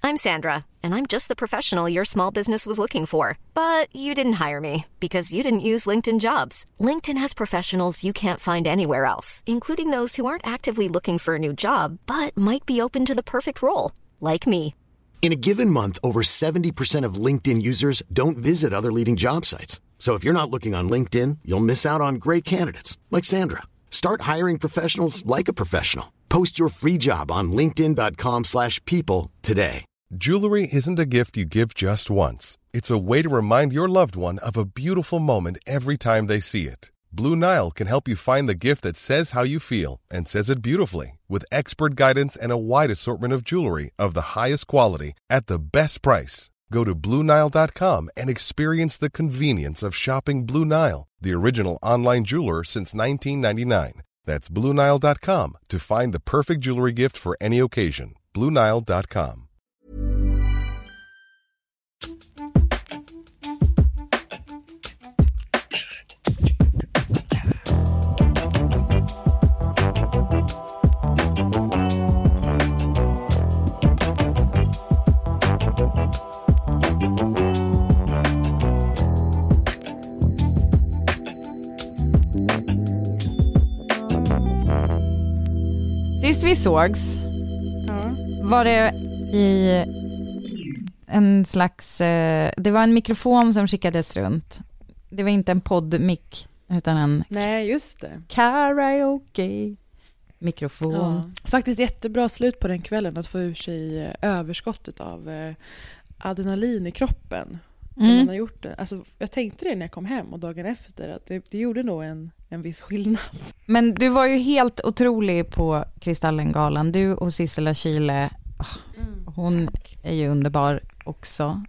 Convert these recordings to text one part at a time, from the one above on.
I'm Sandra, and I'm just the professional your small business was looking for. But you didn't hire me because you didn't use LinkedIn Jobs. LinkedIn has professionals you can't find anywhere else, including those who aren't actively looking for a new job, but might be open to the perfect role, like me. In a given month, over 70% of LinkedIn users don't visit other leading job sites. So if you're not looking on LinkedIn, you'll miss out on great candidates like Sandra. Start hiring professionals like a professional. Post your free job on linkedin.com/people today. Jewelry isn't a gift you give just once. It's a way to remind your loved one of a beautiful moment every time they see it. Blue Nile can help you find the gift that says how you feel and says it beautifully, with expert guidance and a wide assortment of jewelry of the highest quality at the best price. Go to BlueNile.com and experience the convenience of shopping Blue Nile, the original online jeweler since 1999. That's BlueNile.com to find the perfect jewelry gift for any occasion. BlueNile.com. Sist vi sågs var det i en slags... det var en mikrofon som skickades runt. Det var inte en poddmick utan en... Nej, just det. Karaoke-mikrofon. Ja. Faktiskt jättebra slut på den kvällen att få ur sig överskottet av adrenalin i kroppen. Man har gjort det. Alltså, jag tänkte det när jag kom hem och dagen efter att det gjorde nog en viss skillnad. Men du var ju helt otrolig på Kristallengalan. Du och Sissela Kyle, hon är ju underbar också.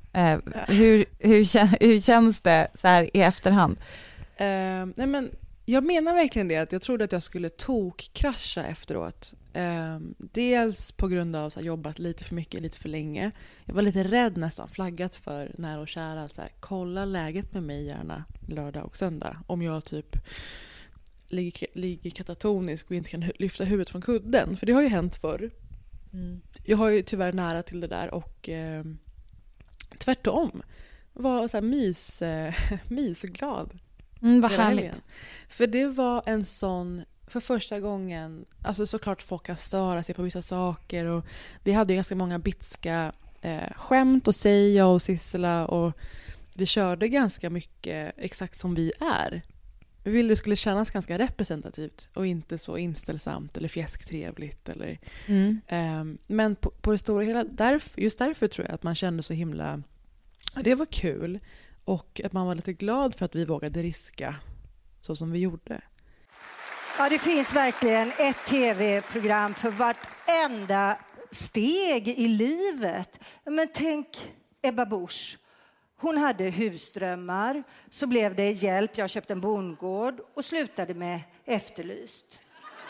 Hur känns det så här i efterhand? Nej, men jag menar verkligen det, att jag trodde att jag skulle krascha efteråt. Dels på grund av att jag jobbat lite för mycket, lite för länge. Jag var lite rädd, nästan flaggat för nära och kära. Så här, kolla läget med mig gärna lördag och söndag. Om jag typ ligger katatonisk och inte kan lyfta huvudet från kudden. För det har ju hänt förr. Jag har ju tyvärr nära till det där och tvärtom var så här mysglad. Vad härligt. För det var en sån, för första gången, alltså såklart folk kan störa sig på vissa saker och vi hade ju ganska många bitska skämt att säga och Sissela och vi körde ganska mycket exakt som vi är. Vi ville det skulle kännas ganska representativt och inte så inställsamt eller fjäsktrevligt eller men på det stora hela just därför tror jag att man kände så himla, det var kul. Och att man var lite glad för att vi vågade riska så som vi gjorde. Ja, det finns verkligen ett tv-program för vartenda steg i livet. Men tänk Ebba Busch. Hon hade husdrömmar, så blev det hjälp. Jag köpte en bondgård och slutade med Efterlyst.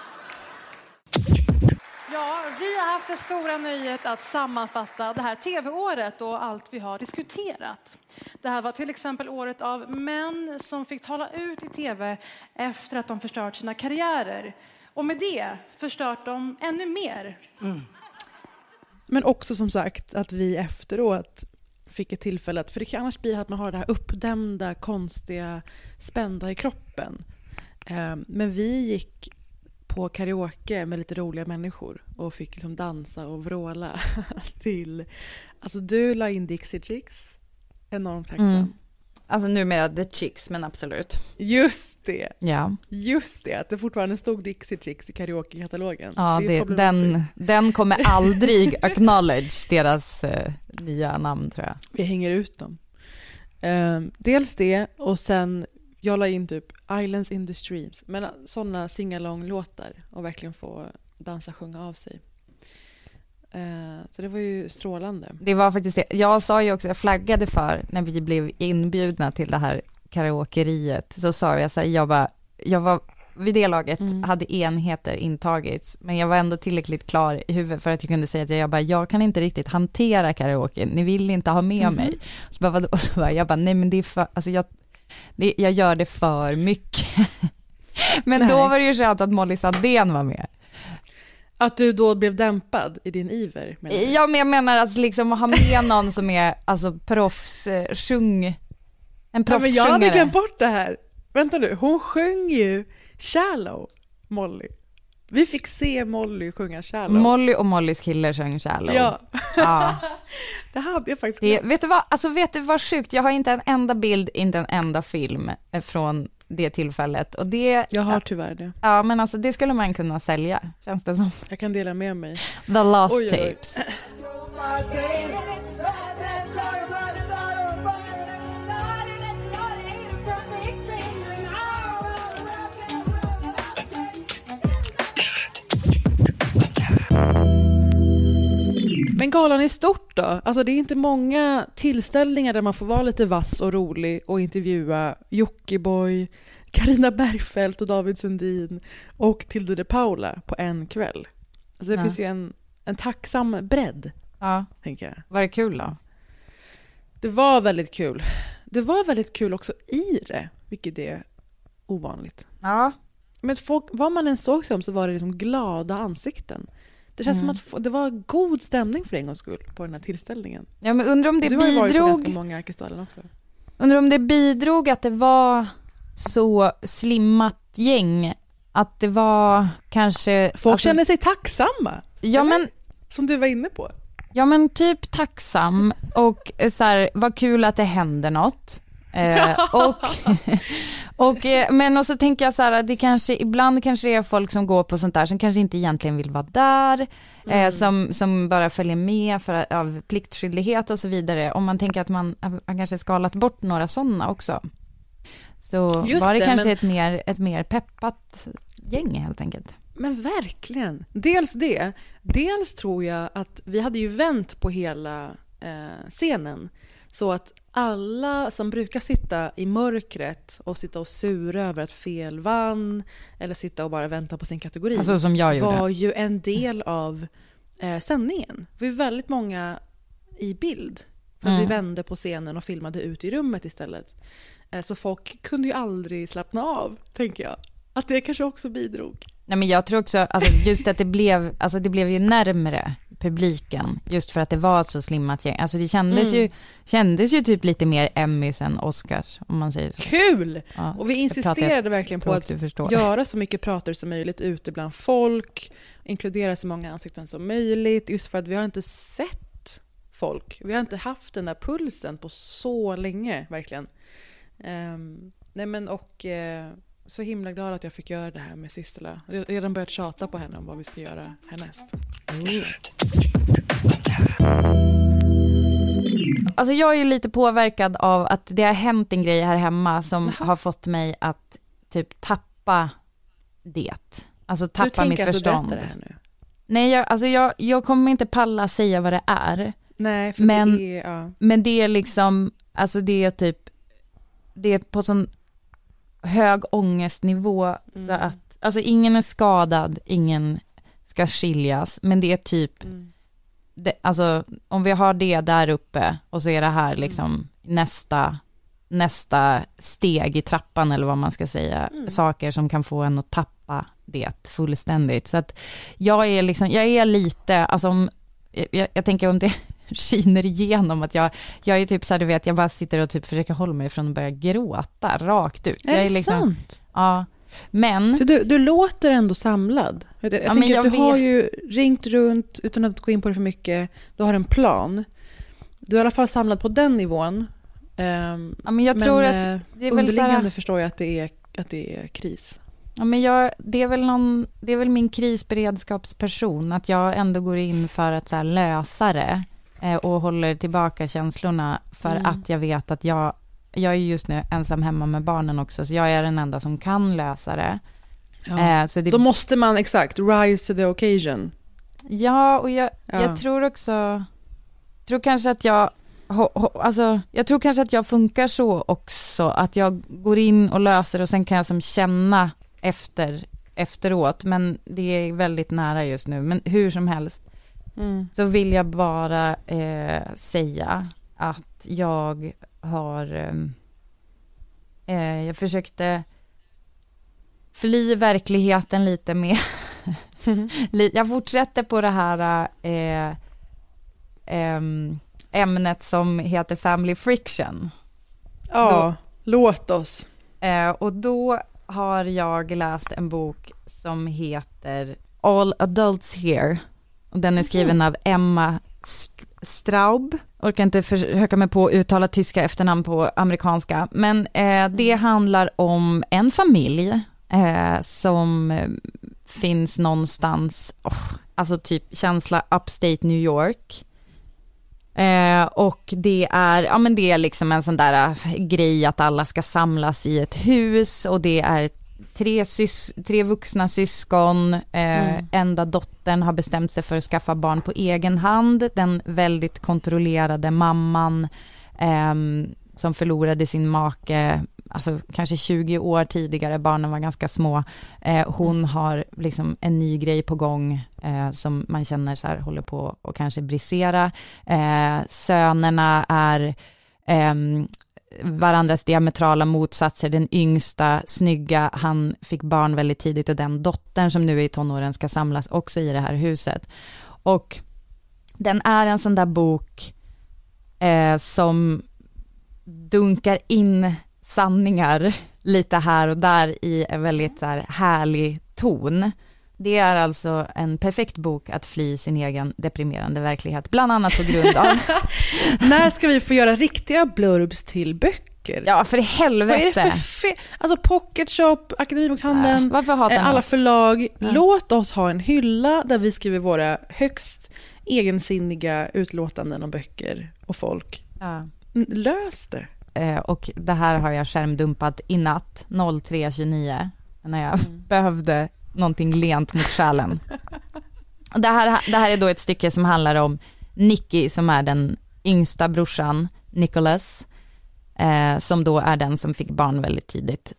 Ja, vi har haft det stora nöjet att sammanfatta det här tv-året och allt vi har diskuterat. Det här var till exempel året av män som fick tala ut i tv efter att de förstört sina karriärer. Och med det förstört de ännu mer. Men också som sagt att vi efteråt fick ett tillfälle att, för det kan annars bli att man har det här uppdämda, konstiga, spända i kroppen. Men vi gick på karaoke med lite roliga människor och fick liksom dansa och vråla till, alltså du la in Dixie Chicks, enormt tacksam. Alltså numera The Chicks, men absolut. Just det. Ja. Just det, att det fortfarande stod Dixie Chicks i karaoke-katalogen. Ja, den kommer aldrig acknowledge deras nya namn, tror jag. Vi hänger ut dem. Dels det, och sen jag la in typ Islands in the Streams. Men sådana sing-along-låtar och verkligen få dansa, sjunga av sig. Så det var ju strålande. Det var faktiskt det. Jag sa ju också, jag flaggade för när vi blev inbjudna till det här karaokeriet. Så sa jag så här, jag var vid det laget hade enheter intagits, men jag var ändå tillräckligt klar i huvudet för att jag kunde säga att jag kan inte riktigt hantera karaoke. Ni vill inte ha med mig. Jag bara, nej men det är för, alltså jag gör det för mycket. Men då var det ju skönt att Molly Sandén var med. Att du då blev dämpad i din iver? Ja, men jag menar alltså liksom att ha med någon som är alltså proffssjung. En proffssjungare. Men jag hade glömt bort det här. Vänta nu, hon sjöng ju Shallow, Molly. Vi fick se Molly sjunga Shallow. Molly och Mollys kille sjöng Shallow. Ja. Ja. Det hade jag faktiskt glömt. Vet du vad sjukt? Jag har inte en enda bild, inte en enda film från det tillfället. Och det, jag har tyvärr det. Ja, men alltså det skulle man kunna sälja, känns det som. Jag kan dela med mig. The Lost Tapes. Men galan är stort då? Alltså det är inte många tillställningar där man får vara lite vass och rolig och intervjua Jockiboi, Carina Bergfeldt och David Sundin och Tilde de Paula på en kväll. Alltså det finns ju en tacksam bredd, tänker jag. Var det kul då? Det var väldigt kul. Det var väldigt kul också i det, vilket är ovanligt. Ja. Men folk, vad man än såg sig om så var det liksom glada ansikten. Det känns som att det var god stämning för en gångs skull på den här tillställningen. Ja, men undrar om det bidrog... Du har ju varit på ganska många Arkestallen också. Undrar om det bidrog att det var så slimmat gäng. Att det var kanske... Folk känner sig tacksamma. Ja, men... Som du var inne på. Ja, men typ tacksam. Och så här, vad kul att det händer något. Men också tänker jag så här, det kanske ibland kanske är folk som går på sånt där som kanske inte egentligen vill vara där, som bara följer med av pliktskyldighet och så vidare. Om man tänker att man har kanske skalat bort några sådana också, så just var det kanske ett mer peppat gäng helt enkelt. Men verkligen. Dels tror jag att vi hade ju vänt på hela scenen. Så att alla som brukar sitta i mörkret och sitta och sura över att fel vann eller sitta och bara vänta på sin kategori, alltså som jag gjorde, var ju en del av sändningen. Vi var väldigt många i bild. För att vi vände på scenen och filmade ut i rummet istället. Så folk kunde ju aldrig slappna av, tänker jag. Att det kanske också bidrog. Nej, men jag tror också alltså, just att det blev ju närmare publiken just för att det var så slimmat gäng. Alltså det kändes ju typ lite mer Emmys än Oscars, om man säger så. Kul! Ja, och vi insisterade verkligen på att göra så mycket prater som möjligt ute bland folk, inkludera så många ansikten som möjligt, just för att vi har inte sett folk. Vi har inte haft den där pulsen på så länge, verkligen. Så himla glad att jag fick göra det här med Sissela. Redan börjat tjata på henne om vad vi ska göra härnäst. Alltså jag är ju lite påverkad av att det har hänt en grej här hemma som har fått mig att typ tappa det. Alltså tappa mitt förstånd. Alltså det här nu? Nej, jag kommer inte palla säga vad det är. Nej, för men det är liksom, alltså det är typ, det är på sån hög ångestnivå så att alltså ingen är skadad, ingen ska skiljas, men det är typ alltså om vi har det där uppe och så är det här liksom nästa steg i trappan eller vad man ska säga, saker som kan få en att tappa det fullständigt. Så att jag är lite, alltså jag tänker om det skiner igenom att jag är typ så här, du vet, jag bara sitter och typ försöker hålla mig från att börja gråta rakt ut. Är det liksom, sant? Ja. Men så du låter ändå samlad. Jag tänker att du har ju ringt runt utan att gå in på det för mycket. Du har en plan. Du är i alla fall samlad på den nivån. Men jag tror att det är väl underliggande förstår jag att det är kris. Ja, men det är väl min krisberedskapsperson att jag ändå går in för att så här, lösa det och håller tillbaka känslorna för att jag vet att jag är just nu ensam hemma med barnen också, så jag är den enda som kan lösa det. Ja. Så då måste man rise to the occasion. Ja, och jag tror också kanske att jag tror kanske att jag funkar så också, att jag går in och löser och sen kan jag som känna efteråt, men det är väldigt nära just nu, men hur som helst så vill jag bara säga att jag har jag försökte fly verkligheten lite med Jag fortsätter på det här ämnet som heter Family Friction. Ja, låt oss. Och då har jag läst en bok som heter All Adults Here. Och den är skriven av Emma Straub. Orkar inte försöka mig på att uttala tyska efternamn på amerikanska. Men det handlar om en familj som finns någonstans, alltså typ känsla upstate New York. Och det är liksom en sån där grej att alla ska samlas i ett hus och det är tre vuxna syskon. Enda dottern har bestämt sig för att skaffa barn på egen hand. Den väldigt kontrollerade mamman som förlorade sin make alltså kanske 20 år tidigare, barnen var ganska små. Hon har liksom en ny grej på gång som man känner så här håller på att kanske brisera. Sönerna är varandras diametrala motsatser. Den yngsta, snygga, han fick barn väldigt tidigt och den dottern som nu är i tonåren ska samlas också i det här huset. Och den är en sån där bok som dunkar in sanningar lite här och där i en väldigt så här härlig ton. Det är alltså en perfekt bok att fly sin egen deprimerande verklighet, bland annat på grund av... När ska vi få göra riktiga blurbs till böcker? Ja, för helvete. Vad är det för alltså Pocket Shop, Akademibokhandeln, varför hatar alla oss? Förlag. Låt oss ha en hylla där vi skriver våra högst egensinniga utlåtanden om böcker och folk. Ja. Lös det. Och det här har jag skärmdumpat i natt 03:29 när jag behövde någonting lent mot själen. Och det här är då ett stycke som handlar om Nicky som är den yngsta brorsan, Nicholas, som då är den som fick barn väldigt tidigt.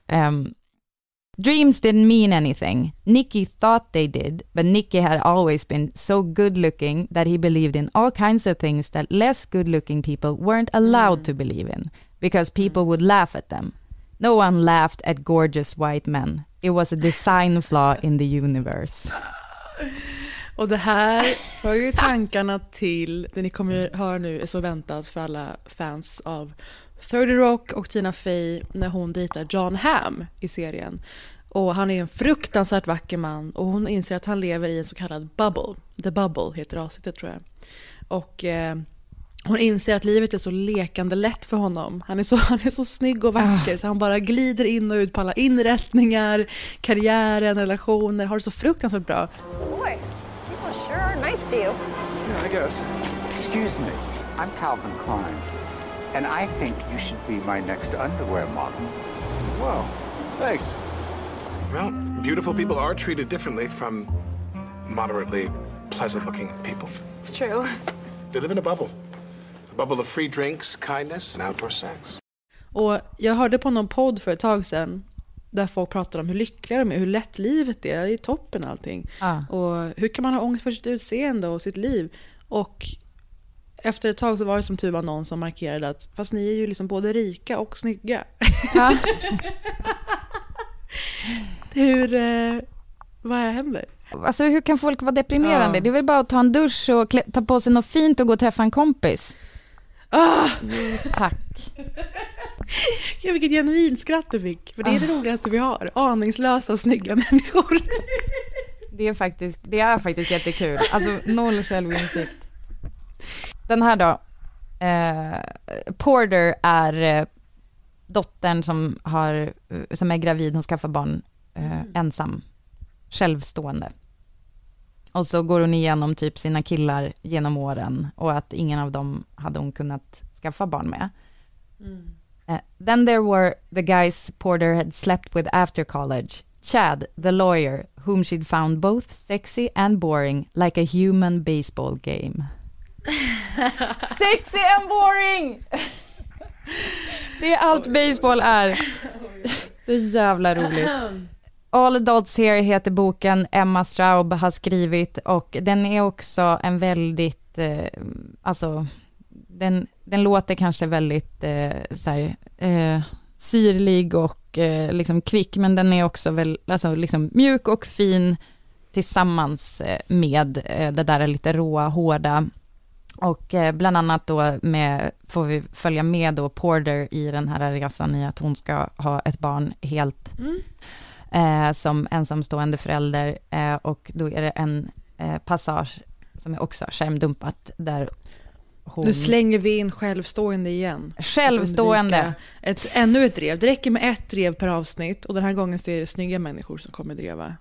Dreams didn't mean anything. Nicky thought they did, but Nicky had always been so good looking that he believed in all kinds of things that less good looking people weren't allowed to believe in, because people would laugh at them. No one laughed at gorgeous white men. It was a design flaw in the universe. Och det här för ju tankarna till det ni kommer höra nu är så väntat för alla fans av 30 Rock och Tina Fey när hon dejtar John Hamm i serien. Och han är en fruktansvärt vacker man och hon inser att han lever i en så kallad bubble. The Bubble heter avsnittet tror jag. Och hon inser att livet är så lekande lätt för honom. Han är så snygg och vacker så han bara glider in och ut på alla inrättningar, karriären, relationer, har det så fruktansvärt bra. Boy, people sure are nice to you. Yeah, I guess. Excuse me, I'm Calvin Klein, and I think you should be my next underwear model. Wow, thanks. Well, beautiful people are treated differently from moderately pleasant-looking people. It's true. They live in a bubble. A bubble of free drinks, kindness, and outdoor sex. Och jag hörde på någon podd för ett tag sedan där folk pratade om hur lyckliga de är, hur lätt livet är, det är toppen allting. Och hur kan man ha ångest för sitt utseende och sitt liv? Och efter ett tag så var det som tur var någon som markerade att fast ni är ju liksom både rika och snygga. Ja. Vad händer? Alltså hur kan folk vara deprimerande? Ja. Det är väl bara att ta en dusch och ta på sig något fint och gå och träffa en kompis. Tack. Ja, vilket genuint skratt du fick. För det är det roligaste vi har. Aningslösa och snygga människor. Det är faktiskt jättekul. Alltså noll självinsikt. Den här då. Porter är dottern som är gravid. Hon skaffar barn ensam. Självstående. Och så går hon igenom typ sina killar genom åren och att ingen av dem hade hon kunnat skaffa barn med. Then there were the guys Porter had slept with after college. Chad, the lawyer, whom she'd found both sexy and boring, like a human baseball game. Sexy and boring! Det är allt baseball är. Så jävla roligt. All Adults Here heter boken, Emma Straub har skrivit och den är också en väldigt, alltså den låter kanske väldigt syrlig och liksom kvick, men den är också väl, alltså liksom mjuk och fin tillsammans med det där lite råa, hårda. Och bland annat då får vi följa med då Porter i den här resan i att hon ska ha ett barn helt som ensamstående förälder. Och då är det en passage som är också skärmdumpat där Nu slänger vi in självstående igen. Självstående. Ännu ett drev. Det räcker med ett drev per avsnitt. Och den här gången så är det snygga människor som kommer dreva.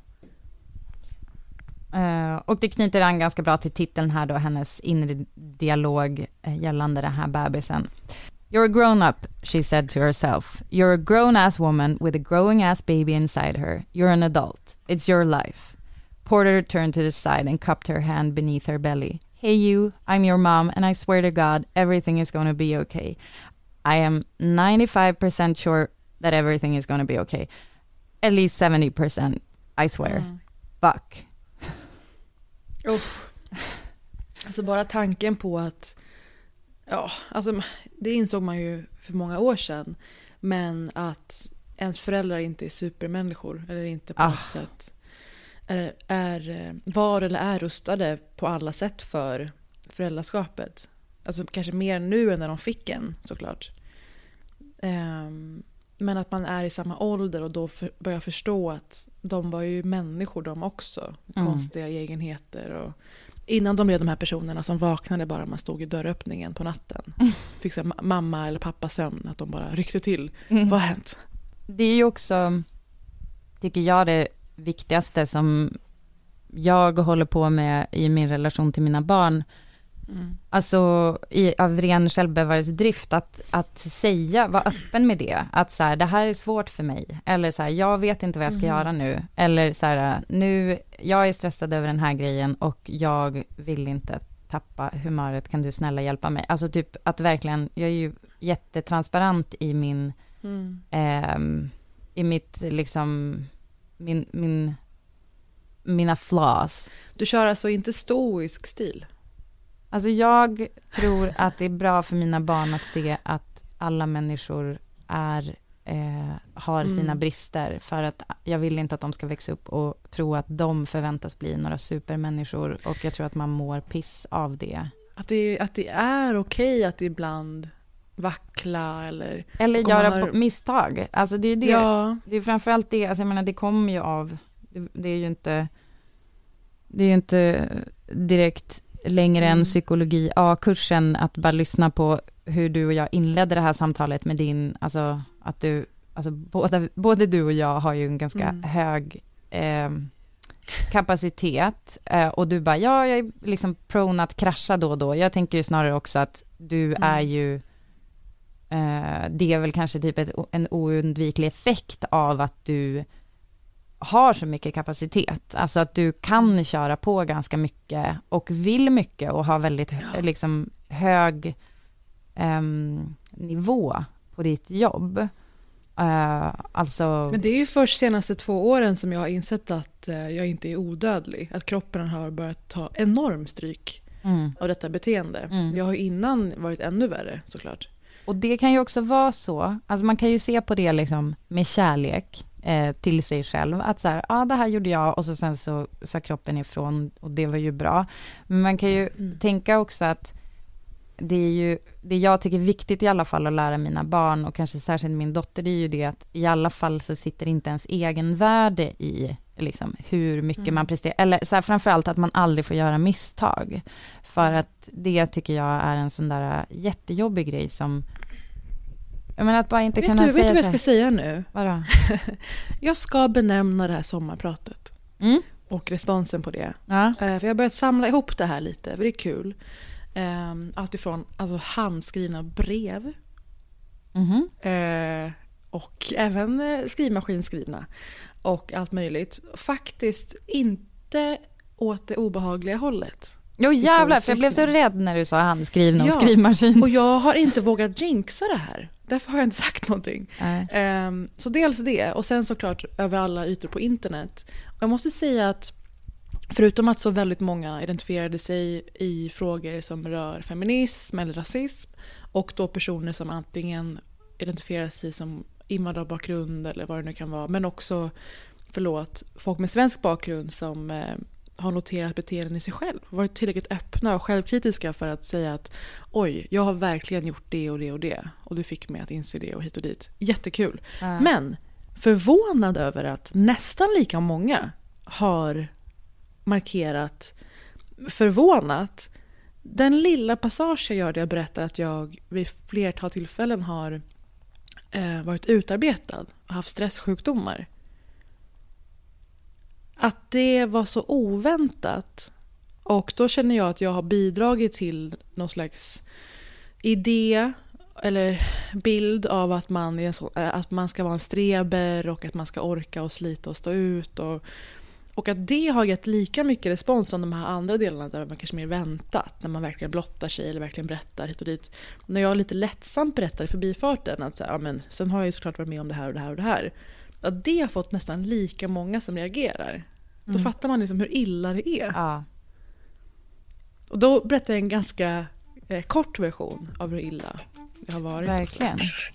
Och det knyter an ganska bra till titeln här då, hennes inre dialog gällande den här bebisen. You're a grown-up, she said to herself. You're a grown-ass woman with a growing-ass baby inside her. You're an adult. It's your life. Porter turned to the side and cupped her hand beneath her belly. Hey you, I'm your mom and I swear to God, everything is going to be okay. I am 95% sure that everything is going to be okay. At least 70%, I swear. Fuck. Alltså bara tanken på att alltså det insåg man ju för många år sedan, men att ens föräldrar inte är supermänniskor eller inte på något sätt var eller är rustade på alla sätt för föräldraskapet. Alltså kanske mer nu än när de fick en, såklart. Men att man är i samma ålder och då börjar förstå att de var ju människor de också. Konstiga egenheter. Och innan de blev de här personerna som vaknade bara man stod i dörröppningen på natten. Fick så mamma eller pappa sömn, att de bara ryckte till. Vad har hänt? Det är ju också, tycker jag, det viktigaste som jag håller på med i min relation till mina barn. Alltså av ren självbevarelsedrift att säga, vara öppen med det, att så här, det här är svårt för mig, eller så här, jag vet inte vad jag ska göra nu, eller så här, nu, jag är stressad över den här grejen och jag vill inte tappa humöret, kan du snälla hjälpa mig? Alltså typ att verkligen, jag är ju jättetransparent i min i mitt liksom mina flaws. Du kör alltså inte stoisk stil? Alltså jag tror att det är bra för mina barn att se att alla människor har sina brister, för att jag vill inte att de ska växa upp och tro att de förväntas bli några supermänniskor, och jag tror att man mår piss av det. Att det är okej att ibland vackla eller göra misstag. Alltså det är det. Ja. Det är framförallt det, alltså jag menar, det kommer ju av, det är ju inte direkt längre än psykologi A-kursen att bara lyssna på hur du och jag inledde det här samtalet med din, alltså att du, alltså både du och jag har ju en ganska hög kapacitet, och du bara, jag är liksom prone att krascha då och då. Jag tänker ju snarare också att du är ju det är väl kanske typ en oundviklig effekt av att du har så mycket kapacitet. Alltså att du kan köra på ganska mycket och vill mycket och har väldigt liksom hög nivå på ditt jobb. Alltså... Men det är ju först senaste 2 åren som jag har insett att jag inte är odödlig. Att kroppen har börjat ta enorm stryk av detta beteende. Jag har innan varit ännu värre, såklart. Och det kan ju också vara så, alltså man kan ju se på det liksom med kärlek till sig själv, att så här, det här gjorde jag, och så sen så sa kroppen ifrån och det var ju bra. Men man kan ju tänka också att det är ju, det jag tycker är viktigt i alla fall att lära mina barn, och kanske särskilt min dotter, det är ju det att i alla fall så sitter inte ens egenvärde i liksom hur mycket man presterar, eller så här, framförallt att man aldrig får göra misstag, för att det tycker jag är en sån där jättejobbig grej som, jag menar, att bara inte kunna säga. Vet du vad jag ska säga nu? Vadå? Jag ska benämna det här sommarpratet och responsen på det. Ja. För jag har börjat samla ihop det här lite, för det är kul. Allt ifrån alltså handskrivna brev och även skrivmaskinskrivna och allt möjligt. Faktiskt inte åt det obehagliga hållet. Jo jävlar, för jag blev så rädd när du sa handskrivna och skrivmaskin. Och jag har inte vågat jinxa det här. Därför har jag inte sagt någonting. Så dels det, och sen såklart över alla ytor på internet. Och jag måste säga att förutom att så väldigt många identifierade sig i frågor som rör feminism eller rasism, och då personer som antingen identifierar sig som invandrarbakgrund eller vad det nu kan vara, men också folk med svensk bakgrund som har noterat beteenden i sig själv. Varit tillräckligt öppna och självkritiska för att säga att oj, jag har verkligen gjort det och det och det. Och du fick mig att inse det och hit och dit. Jättekul. Men förvånad över att nästan lika många har markerat förvånat den lilla passage jag gör där jag berättar att jag vid flertal tillfällen har varit utarbetad och haft stresssjukdomar. Att det var så oväntat. Och då känner jag att jag har bidragit till någon slags idé eller bild av att man ska vara en streber och att man ska orka och slita och stå ut. Och att det har gett lika mycket respons som de här andra delarna där man kanske mer väntat. När man verkligen blottar sig eller verkligen berättar hit och dit. När jag lite lättsamt berättar i förbifarten att men sen har jag ju såklart varit med om det här och det här och det här. Att det har fått nästan lika många som reagerar. Då fattar man liksom hur illa det är. Ja. Och då berättar jag en ganska kort version av hur illa det har varit. Verkligen.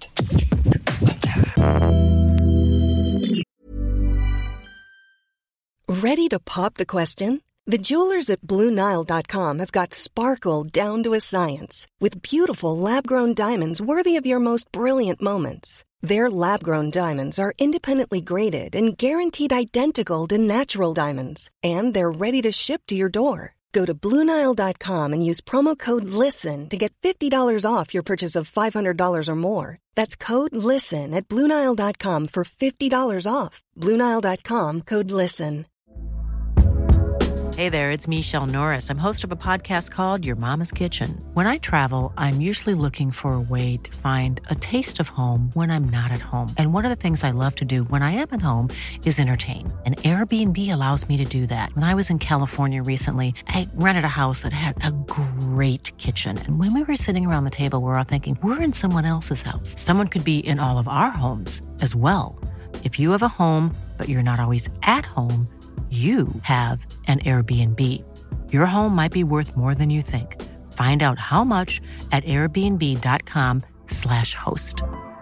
Ready to pop the question? The jewelers at BlueNile.com have got sparkle down to a science with beautiful lab-grown diamonds worthy of your most brilliant moments. Their lab-grown diamonds are independently graded and guaranteed identical to natural diamonds, and they're ready to ship to your door. Go to BlueNile.com and use promo code LISTEN to get $50 off your purchase of $500 or more. That's code LISTEN at BlueNile.com for $50 off. BlueNile.com, code LISTEN. Hey there, it's Michelle Norris. I'm host of a podcast called Your Mama's Kitchen. When I travel, I'm usually looking for a way to find a taste of home when I'm not at home. And one of the things I love to do when I am at home is entertain. And Airbnb allows me to do that. When I was in California recently, I rented a house that had a great kitchen. And when we were sitting around the table, we were all thinking, we're in someone else's house. Someone could be in all of our homes as well. If you have a home, but you're not always at home, you have an Airbnb. Your home might be worth more than you think. Find out how much at airbnb.com/host.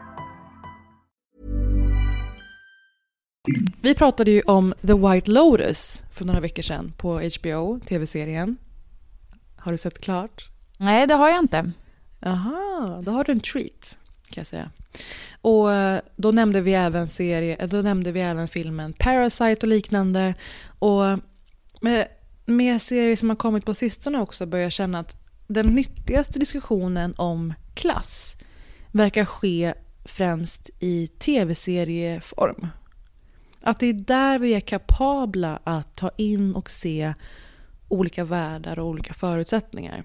Vi pratade ju om The White Lotus för några veckor sedan på HBO, tv-serien. Har du sett klart? Nej, det har jag inte. Aha, då har du en treat, kan jag säga. Och då nämnde vi även filmen Parasite och liknande. Och med serier som har kommit på sistone också börjar jag känna att den nyttigaste diskussionen om klass verkar ske främst i tv-serieform. Att det är där vi är kapabla att ta in och se olika världar och olika förutsättningar.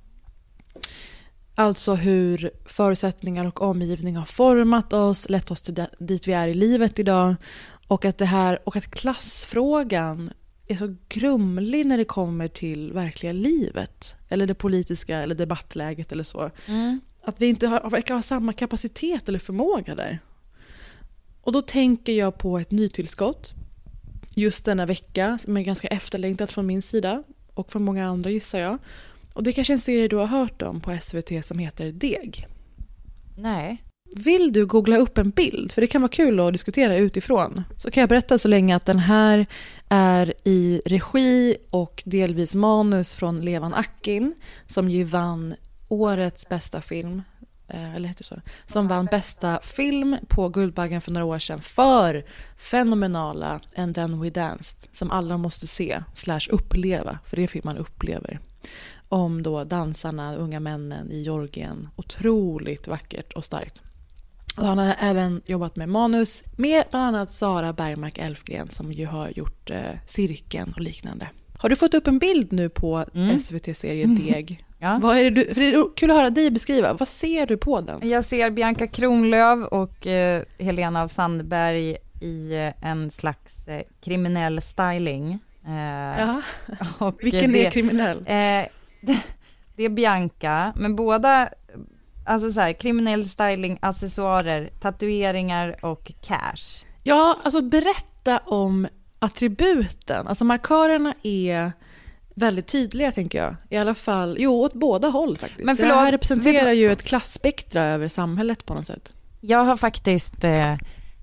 Alltså hur förutsättningar och omgivning har format oss, lett oss till dit vi är i livet idag. Och att klassfrågan är så grumlig när det kommer till verkliga livet. Eller det politiska eller debattläget eller så. Att vi inte verkar ha samma kapacitet eller förmåga där. Och då tänker jag på ett nytillskott just denna vecka som är ganska efterlängtat från min sida och från många andra, gissar jag. Och det är kanske en serie du har hört om på SVT som heter Deg. Nej. Vill du googla upp en bild? För det kan vara kul att diskutera utifrån. Så kan jag berätta så länge att den här är i regi och delvis manus från Levan Akin, som ju vann årets bästa film. Eller heter det så? Som vann bästa film på Guldbaggen för några år sedan för fenomenala And Then We Danced, som alla måste se / uppleva, för det är film man upplever. Om då dansarna, unga männen i Georgien. Otroligt vackert och starkt. Och han har även jobbat med manus med bland annat Sara Bergmark Elfgren som ju har gjort Cirkeln och liknande. Har du fått upp en bild nu på SVT-serien Deg? Ja. Vad är det för det är kul att höra dig beskriva. Vad ser du på den? Jag ser Bianca Kronlöf och Helena av Sandberg i en slags kriminell styling. Och vilken är kriminell? Det är Bianca, men båda, alltså så här, kriminell styling, accessoarer, tatueringar och cash. Ja, alltså berätta om attributen. Alltså markörerna är väldigt tydliga, tänker jag. I alla fall, åt båda håll faktiskt. Men förlåt, det här representerar ju ett klasspektra över samhället på något sätt. Jag har faktiskt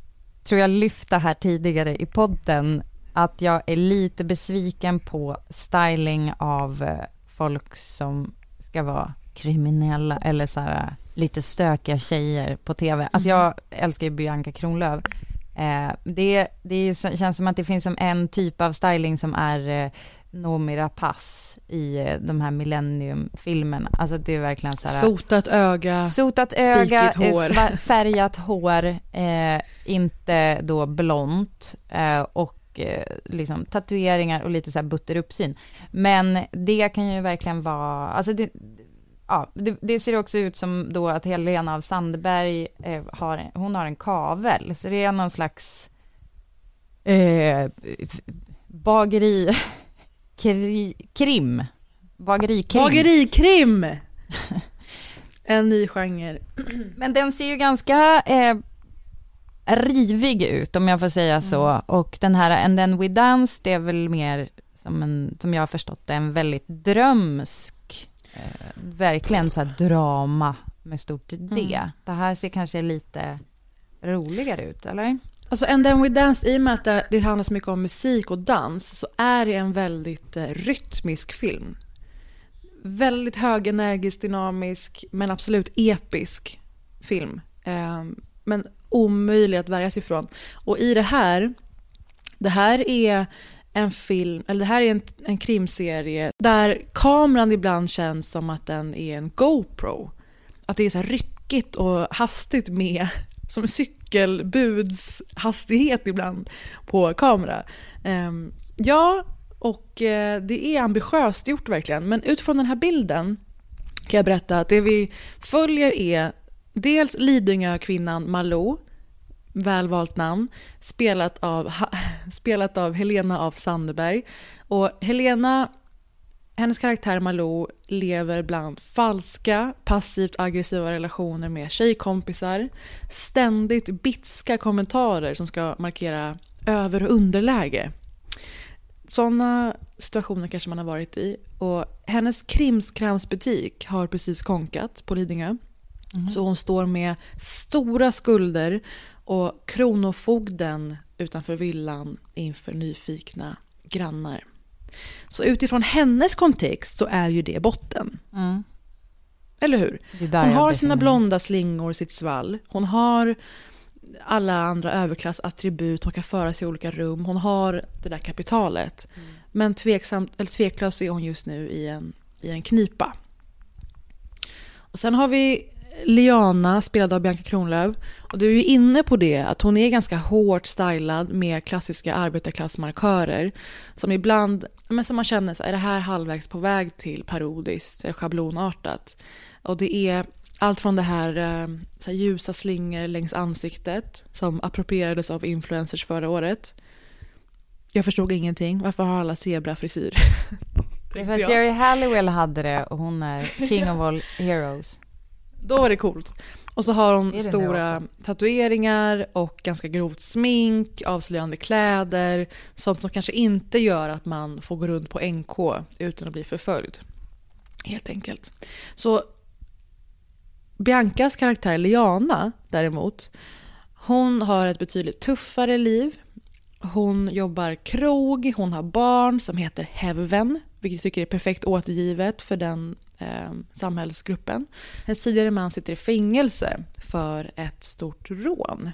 tror jag lyfta här tidigare i podden att jag är lite besviken på styling av folk som ska vara kriminella eller så här lite stökiga tjejer på tv. Alltså jag älskar ju Bianca Kronlöf. Det känns som att det finns som en typ av styling som är Noomi Rapace i de här Millennium-filmerna. Alltså det är verkligen så här... Sotat öga, hår. Färgat hår, inte då blont och liksom tatueringar och lite så här butter-uppsyn. Men det kan ju verkligen vara... Alltså det ser också ut som då att Helena av Sandberg hon har en kavel. Så det är någon slags bagerikrim. En ny genre. Men den ser ju ganska rivig ut, om jag får säga så. Och den här And Then We Dance, det är väl mer som jag har förstått det, en väldigt drömsk, verkligen så här drama med stort D. Det här ser kanske lite roligare ut, eller? Alltså And Then We Dance, i och med att det handlar så mycket om musik och dans, så är det en väldigt rytmisk film. Väldigt högenergisk, dynamisk, men absolut episk film. Men omöjlig att värja sig ifrån. Och i det här är en film, eller det här är en krimserie där kameran ibland känns som att den är en GoPro. Att det är så här ryckigt och hastigt med, som cykelbudshastighet ibland på kamera. Och det är ambitiöst gjort verkligen. Men utifrån den här bilden kan jag berätta att det vi följer är dels Lidingö-kvinnan Malou, välvalt namn, spelat av Helena af Sandberg. Och hennes karaktär Malou lever bland falska, passivt aggressiva relationer med tjejkompisar. Ständigt bitska kommentarer som ska markera över- och underläge. Sådana situationer kanske man har varit i. Och hennes krimskramsbutik har precis konkat på Lidingö. Så hon står med stora skulder och kronofogden utanför villan inför nyfikna grannar. Så utifrån hennes kontext så är ju det botten. Eller hur? Hon har sina blonda slingor, sitt svall. Hon har alla andra överklassattribut. Hon kan föra sig i olika rum. Hon har det där kapitalet. Men tveklöst är hon just nu i en knipa. Och sen har vi Liana, spelad av Bianca Kronlöf. Och du är ju inne på det, att hon är ganska hårt stylad med klassiska arbetarklassmarkörer. Som ibland, men som man känner så är det här halvvägs på väg till parodiskt eller schablonartat. Och det är allt från det här, så här ljusa slingor längs ansiktet som approprierades av influencers förra året. Jag förstod ingenting. Varför har alla zebrafrisyr? Det är för att Jerry Halliwell hade det och hon är king of all heroes. Då var det coolt. Och så har hon stora tatueringar och ganska grovt smink, avslöjande kläder. Sånt som kanske inte gör att man får gå runt på NK utan att bli förföljd. Helt enkelt. Så Biancas karaktär Liana däremot, hon har ett betydligt tuffare liv. Hon jobbar krog, hon har barn som heter Heaven, vilket jag tycker är perfekt återgivet för den samhällsgruppen. Hennes tidigare man sitter i fängelse för ett stort rån.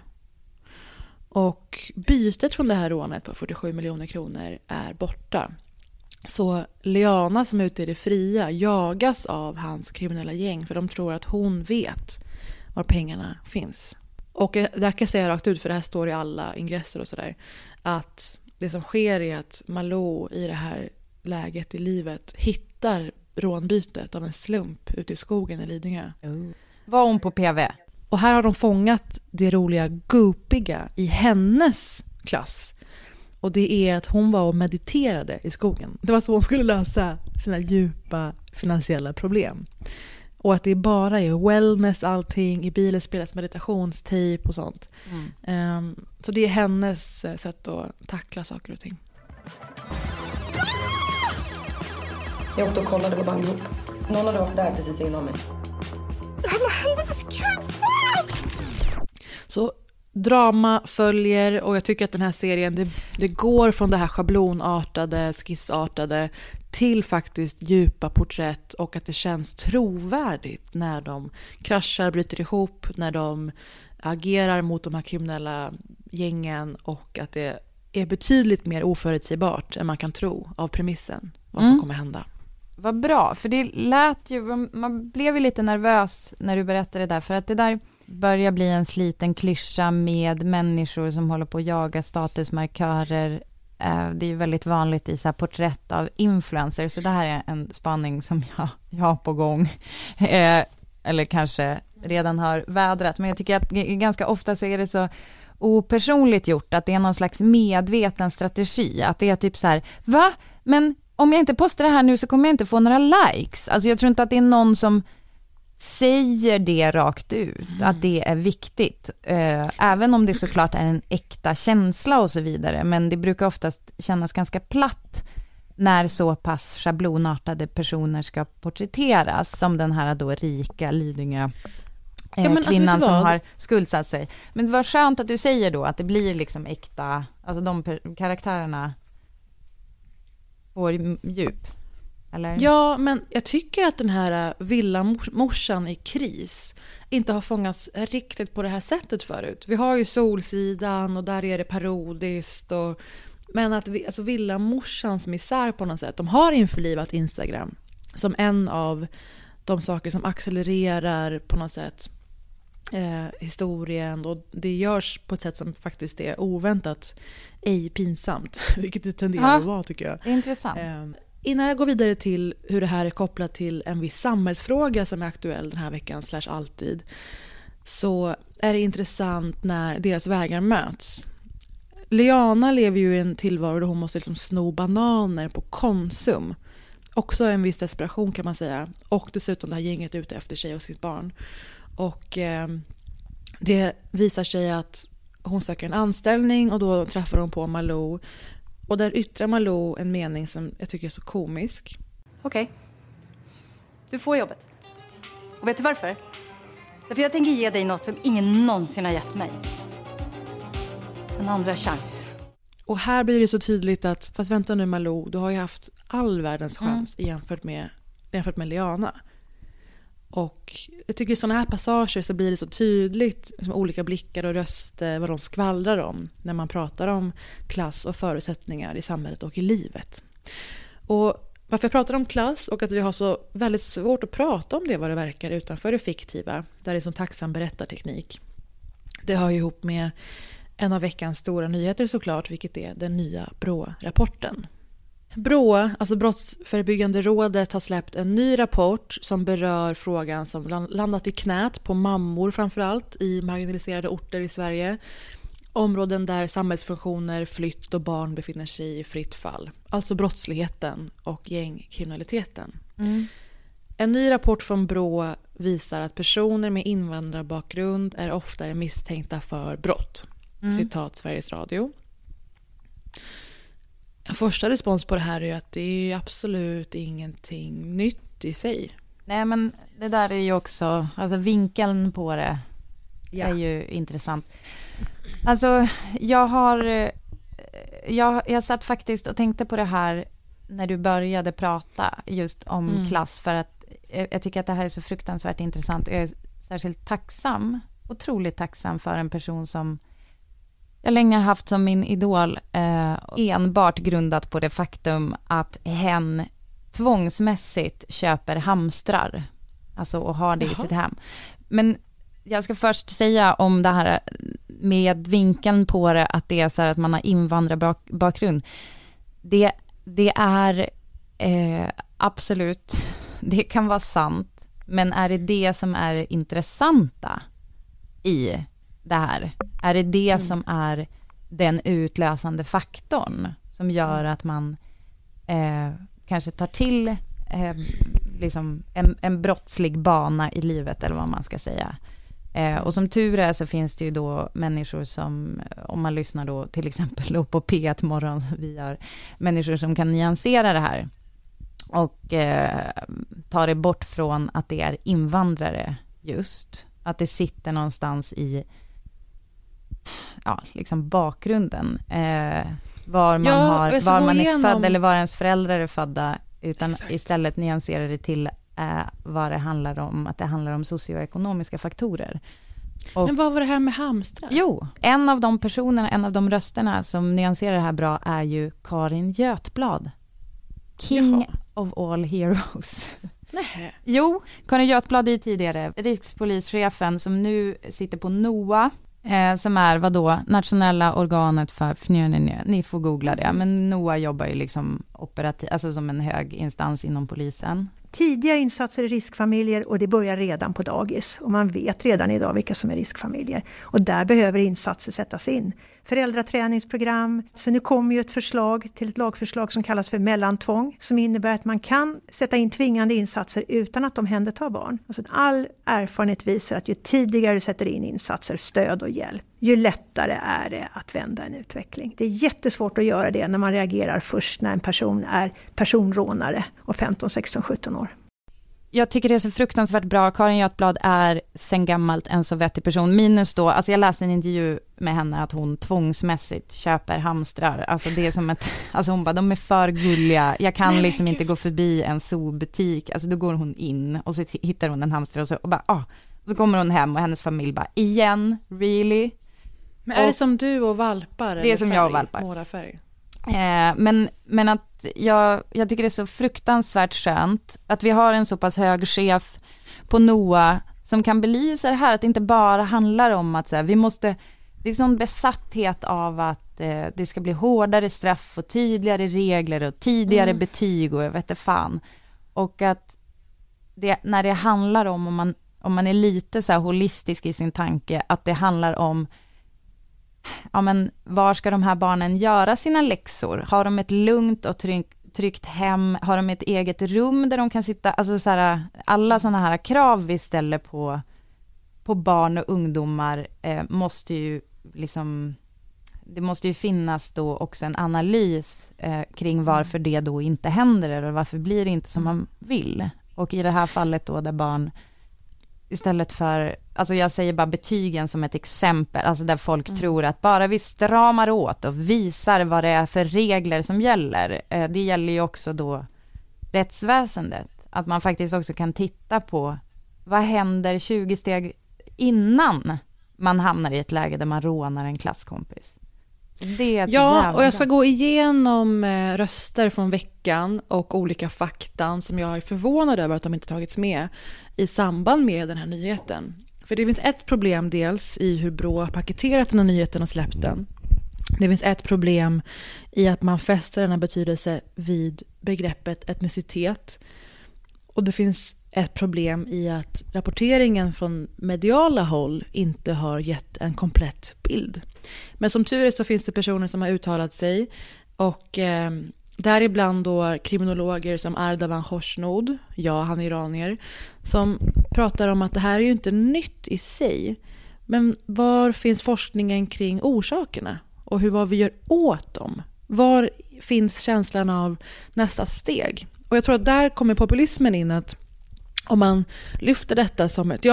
Och bytet från det här rånet på 47 miljoner kronor är borta. Så Liana som är ute i det fria jagas av hans kriminella gäng, för de tror att hon vet var pengarna finns. Och det kan jag säga rakt ut, för det här står i alla ingresser och sådär, att det som sker är att Malou i det här läget i livet hittar rånbytet av en slump ute i skogen i Lidingö. Var hon på PV? Och här har de fångat det roliga goopiga i hennes klass. Och det är att hon var och mediterade i skogen. Det var så hon skulle lösa sina djupa finansiella problem. Och att det bara är wellness, allting. I bilen spelas meditationstejp och sånt. Så det är hennes sätt att tackla saker och ting. Jag åkte och kollade på bandgrop. Någon hade varit där precis innan mig. Så Drama följer och jag tycker att den här serien, det går från det här schablonartade, skissartade till faktiskt djupa porträtt och att det känns trovärdigt när de kraschar, bryter ihop, när de agerar mot de här kriminella gängen och att det är betydligt mer oförutsägbart än man kan tro av premissen vad som kommer hända. Vad bra, för det lät ju, man blev ju lite nervös när du berättade det där, för att det där börjar bli en sliten klyscha med människor som håller på att jaga statusmarkörer. Det är ju väldigt vanligt i så här porträtt av influencers, så det här är en spaning som jag har på gång. Eller kanske redan har vädrat, men jag tycker att ganska ofta så är det så opersonligt gjort, att det är någon slags medveten strategi, att det är typ så här, va? Men om jag inte postar det här nu så kommer jag inte få några likes. Alltså jag tror inte att det är någon som säger det rakt ut, att det är viktigt. Även om det såklart är en äkta känsla och så vidare. Men det brukar oftast kännas ganska platt när så pass schablonartade personer ska porträtteras, som den här då rika Lidingö kvinnan som har skuldsatt sig. Men det var skönt att du säger då att det blir liksom äkta, alltså de karaktärerna får djup. Eller? Ja, men jag tycker att den här villamorsan i kris inte har fångats riktigt på det här sättet förut. Vi har ju Solsidan och där är det parodiskt. Men att alltså villamorsans misär på något sätt, de har införlivat Instagram som en av de saker som accelererar på något sätt historien, och det görs på ett sätt som faktiskt är oväntat ej pinsamt, vilket det tenderar att vara, tycker jag. Det är intressant. Innan jag går vidare till hur det här är kopplat till en viss samhällsfråga som är aktuell den här veckan / alltid, så är det intressant när deras vägar möts. Liana lever ju i en tillvaro där hon måste liksom sno bananer på Konsum. Också en viss desperation kan man säga. Och dessutom det här gänget ute efter sig och sitt barn. Och det visar sig att hon söker en anställning och då träffar hon på Malou. Och där yttrar Malou en mening som jag tycker är så komisk. Okej. Du får jobbet. Och vet du varför? Därför jag tänker ge dig något som ingen någonsin har gett mig. En andra chans. Och här blir det så tydligt att, fast vänta nu Malou, du har ju haft all världens chans jämfört med Liana. Och jag tycker i sådana här passager så blir det så tydligt liksom, olika blickar och röster, vad de skvallrar om när man pratar om klass och förutsättningar i samhället och i livet. Och varför jag pratar om klass och att vi har så väldigt svårt att prata om det vad det verkar utanför det fiktiva, där det är som tacksam berättarteknik. Det hör ju ihop med en av veckans stora nyheter såklart, vilket är den nya BRÅ-rapporten. BRÅ, alltså Brottsförebyggande rådet, har släppt en ny rapport som berör frågan som landat i knät på mammor framförallt i marginaliserade orter i Sverige. Områden där samhällsfunktioner, flytt och barn befinner sig i fritt fall. Alltså brottsligheten och gängkriminaliteten. En ny rapport från BRÅ visar att personer med invandrarbakgrund är oftare misstänkta för brott. Citat Sveriges Radio. En första respons på det här är att det är absolut ingenting nytt i sig. Nej, men det där är ju också, alltså vinkeln på det är ju intressant. Alltså jag satt faktiskt och tänkte på det här när du började prata just om klass, för att jag tycker att det här är så fruktansvärt intressant. Jag är särskilt tacksam, otroligt tacksam för en person som jag länge har haft som min idol, enbart grundat på det faktum att hen tvångsmässigt köper hamstrar, alltså och har det i sitt hem. Men jag ska först säga om det här med vinkeln på det, att det är så här att man har invandrarbakgrund. Det är absolut, det kan vara sant, men är det som är intressanta i det här? Är det som är den utlösande faktorn som gör att man kanske tar till liksom en brottslig bana i livet, eller vad man ska säga. Och som tur är så finns det ju då människor som, om man lyssnar då till exempel då på P1 morgon, vi har människor som kan nyansera det här och ta det bort från att det är invandrare, just att det sitter någonstans i liksom bakgrunden. Var man är född eller var ens föräldrar är födda, utan istället nyanserar det till vad det handlar om, att det handlar om socioekonomiska faktorer. Men vad var det här med hamstrar? Jo, en av de rösterna som nyanserar det här bra är ju Karin Götblad. King of all heroes. Nej. Jo, Karin Götblad är ju tidigare rikspolischefen som nu sitter på NOA, som är nationella organet för ni får googla det, men NOA jobbar ju liksom operativt, alltså som en hög instans inom polisen. Tidiga insatser i riskfamiljer, och det börjar redan på dagis. Och man vet redan idag vilka som är riskfamiljer. Och där behöver insatser sättas in. Föräldraträningsprogram. Så nu kommer ju ett förslag till ett lagförslag som kallas för mellantvång. Som innebär att man kan sätta in tvingande insatser utan att de omhändertar barn. Alltså all erfarenhet visar att ju tidigare du sätter in insatser, stöd och hjälp, ju lättare är det att vända en utveckling. Det är jättesvårt att göra det när man reagerar först när en person är personrånare och 15, 16, 17 år. Jag tycker det är så fruktansvärt bra. Karin Götblad är sen gammalt en så vettig person. Minus då, alltså jag läste en intervju med henne att hon tvångsmässigt köper hamstrar. Alltså det är som hon bara, de är för gulliga. Jag kan liksom inte gå förbi en zoobutik. Alltså då går hon in och så hittar hon en hamster och så kommer hon hem och hennes familj bara, igen, really? Men är det som du och valpar? Det är som jag och valpar. Målarfärg. Men att jag tycker det är så fruktansvärt skönt att vi har en så pass hög chef på NOA som kan belysa det här, att det inte bara handlar om att så här, det är sån besatthet av att det ska bli hårdare straff och tydligare regler och tidigare betyg och jag vet inte fan. Och att när det handlar om man är lite så här holistisk i sin tanke, att det handlar om var ska de här barnen göra sina läxor? Har de ett lugnt och tryggt hem? Har de ett eget rum där de kan sitta? Alltså så här, alla såna här krav vi ställer på barn och ungdomar måste ju liksom, det måste ju finnas då också en analys kring varför det då inte händer eller varför blir det inte som man vill. Och i det här fallet då där barn istället för, alltså jag säger bara betygen som ett exempel, alltså där folk tror att bara vi stramar åt och visar vad det är för regler som gäller, det gäller ju också då rättsväsendet, att man faktiskt också kan titta på vad händer 20 steg innan man hamnar i ett läge där man rånar en klasskompis. Det är och jag ska gå igenom röster från veckan och olika faktan som jag är förvånad över att de inte tagits med i samband med den här nyheten. För det finns ett problem dels i hur Brå paketerat den här nyheten och släppt den. Det finns ett problem i att man fäster den här betydelse vid begreppet etnicitet. Och det finns ett problem i att rapporteringen från mediala håll inte har gett en komplett bild. Men som tur är så finns det personer som har uttalat sig, och däribland då kriminologer som Ardavan Khorsnod, han är iranier, som pratar om att det här är ju inte nytt i sig. Men var finns forskningen kring orsakerna? Och vad vi gör åt dem? Var finns känslan av nästa steg? Och jag tror att där kommer populismen in, att om man lyfter detta som ett,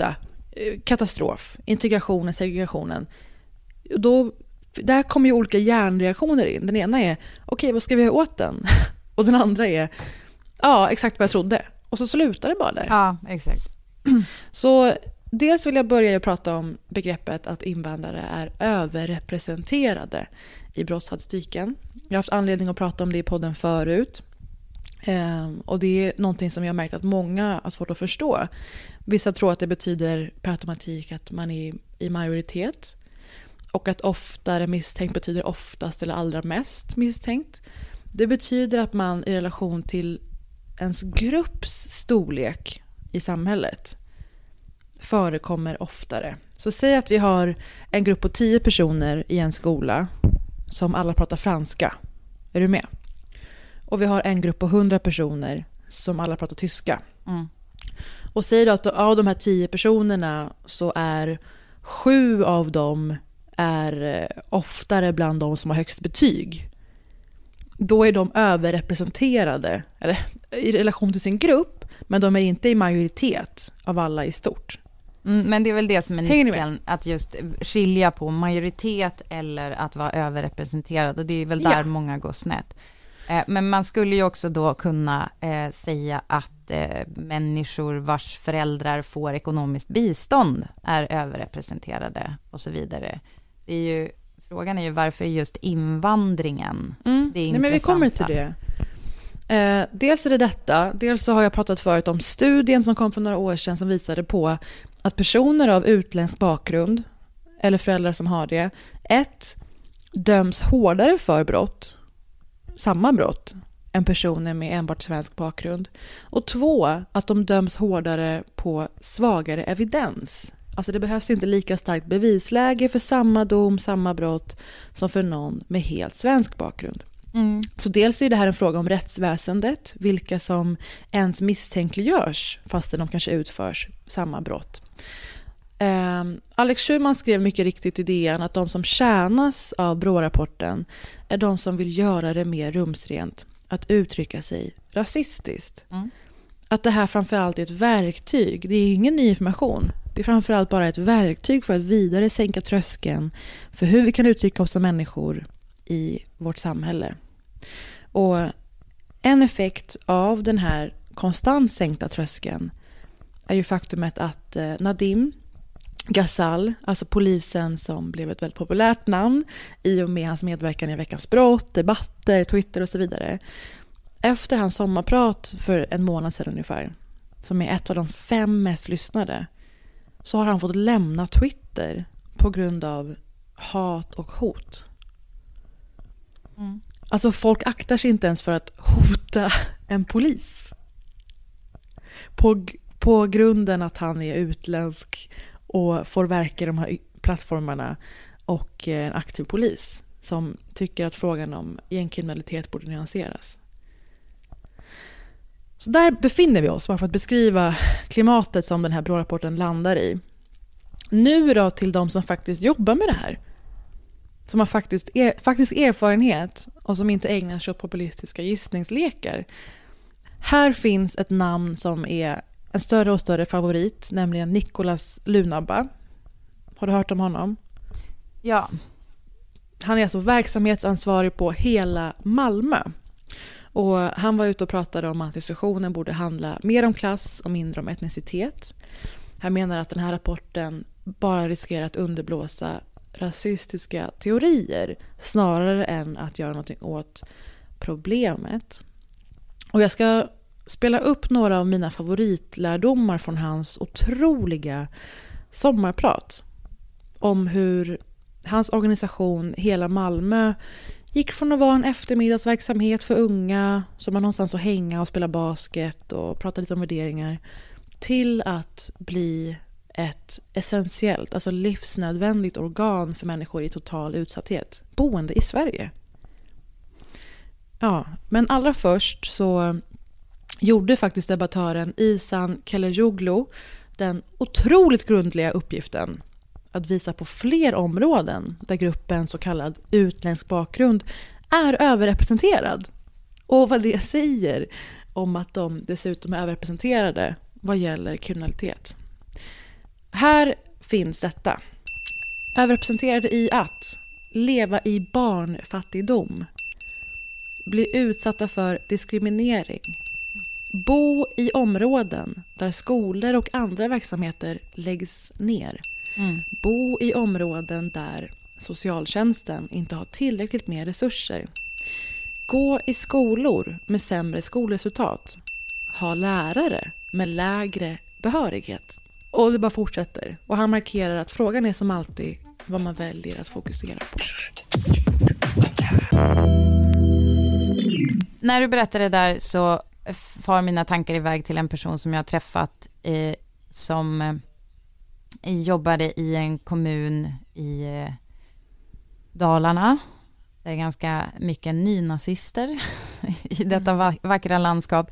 katastrof, integrationen, segregationen, då, där kommer ju olika hjärnreaktioner in. Den ena är, okej, vad ska vi göra åt den? Och den andra är, exakt vad jag trodde. Och så slutar det bara där. Ja, exakt. Så dels vill jag börja prata om begreppet att invandrare är överrepresenterade i brottsstatistiken. Jag har haft anledning att prata om det i podden förut. Och det är någonting som jag har märkt att många har svårt att förstå. Vissa tror att det betyder per automatik att man är i majoritet, och att oftare misstänkt betyder oftast eller allra mest misstänkt. Det betyder att man i relation till ens grupps storlek i samhället förekommer oftare. Så säg att vi har en grupp på 10 personer i en skola som alla pratar franska. Är du med? Och vi har en grupp på 100 personer som alla pratar tyska. Och säg då att av de här 10 personerna så är 7 av dem är oftare bland de som har högst betyg. Då är de överrepresenterade eller, i relation till sin grupp, men de är inte i majoritet av alla i stort. Men det är väl det som är nyckeln, att just skilja på majoritet eller att vara överrepresenterad, och det är väl där många går snett. Men man skulle ju också då kunna säga att människor vars föräldrar får ekonomiskt bistånd är överrepresenterade och så vidare. Det är ju, frågan är ju varför just invandringen, det är intressant. Men vi kommer till det. Dels är det detta, dels så har jag pratat förut om studien som kom för några år sedan som visade på att personer av utländsk bakgrund eller föräldrar som har det, döms hårdare för brott, samma brott, än personer med enbart svensk bakgrund. Och 2, att de döms hårdare på svagare evidens. Alltså det behövs inte lika starkt bevisläge för samma dom, samma brott som för någon med helt svensk bakgrund. Så dels är det här en fråga om rättsväsendet, vilka som ens misstänkliggörs fastän de kanske utförs samma brott. Alex Schulman skrev mycket riktigt i DN att de som tjänas av BRÅ-rapporten är de som vill göra det mer rumsrent att uttrycka sig rasistiskt. Att det här framförallt är ett verktyg, det är ingen ny information. Det är framförallt bara ett verktyg för att vidare sänka tröskeln för hur vi kan uttrycka oss som människor i vårt samhälle. Och en effekt av den här konstant sänkta tröskeln är ju faktumet att Nadim Ghazal, alltså polisen som blev ett väldigt populärt namn i och med hans medverkan i Veckans brott, debatter, Twitter och så vidare. Efter hans sommarprat för en månad sedan ungefär, som är ett av de 5 mest lyssnade, så har han fått lämna Twitter på grund av hat och hot. Alltså folk aktar sig inte ens för att hota en polis. På grunden att han är utländsk och får verka i de här plattformarna, och en aktiv polis som tycker att frågan om gängkriminalitet borde nyanseras. Så där befinner vi oss, bara för att beskriva klimatet som den här BRÅ-rapporten landar i. Nu då till de som faktiskt jobbar med det här, som har faktiskt erfarenhet och som inte ägnar sig åt populistiska gissningslekar. Här finns ett namn som är en större och större favorit, nämligen Nicolas Lunabba. Har du hört om honom? Ja. Han är alltså verksamhetsansvarig på hela Malmö. Och han var ute och pratade om att diskussionen borde handla mer om klass och mindre om etnicitet. Han menar att den här rapporten bara riskerar att underblåsa rasistiska teorier snarare än att göra något åt problemet. Och jag ska spela upp några av mina favoritlärdomar från hans otroliga sommarprat om hur hans organisation Hela Malmö gick från att vara en eftermiddagsverksamhet för unga som har någonstans att hänga och spela basket och prata lite om värderingar, till att bli ett essentiellt, alltså livsnödvändigt organ för människor i total utsatthet, boende i Sverige. Ja, men allra först så gjorde faktiskt debattören Isan Keleroglu den otroligt grundliga uppgiften att visa på fler områden där gruppen så kallad utländsk bakgrund är överrepresenterad. Och vad det säger om att de dessutom är överrepresenterade vad gäller kriminalitet. Här finns detta. Överrepresenterade i att leva i barnfattigdom, bli utsatta för diskriminering, bo i områden där skolor och andra verksamheter läggs ner, bo i områden där socialtjänsten inte har tillräckligt med resurser, gå i skolor med sämre skolresultat, ha lärare med lägre behörighet. Och det bara fortsätter. Och han markerar att frågan är som alltid vad man väljer att fokusera på. När du berättade där så far mina tankar iväg till en person som jag har träffat som jobbade i en kommun i Dalarna. Det är ganska mycket nynazister i detta vackra landskap.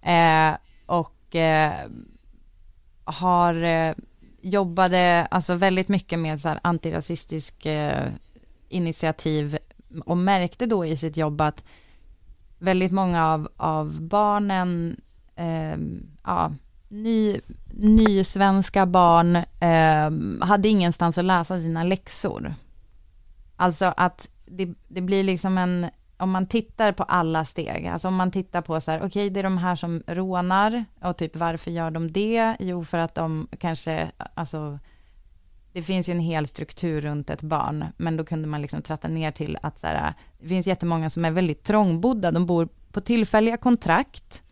Jobbade alltså väldigt mycket med så här antirasistisk initiativ, och märkte då i sitt jobb att väldigt många av barnen nysvenska barn hade ingenstans att läsa sina läxor. Alltså att det blir liksom om man tittar på alla steg, alltså om man tittar på så här, okej, det är de här som rånar, och typ varför gör de det? Jo, för att de kanske, alltså det finns ju en hel struktur runt ett barn, men då kunde man liksom tratta ner till att så här, det finns jättemånga som är väldigt trångbodda, de bor på tillfälliga kontrakt.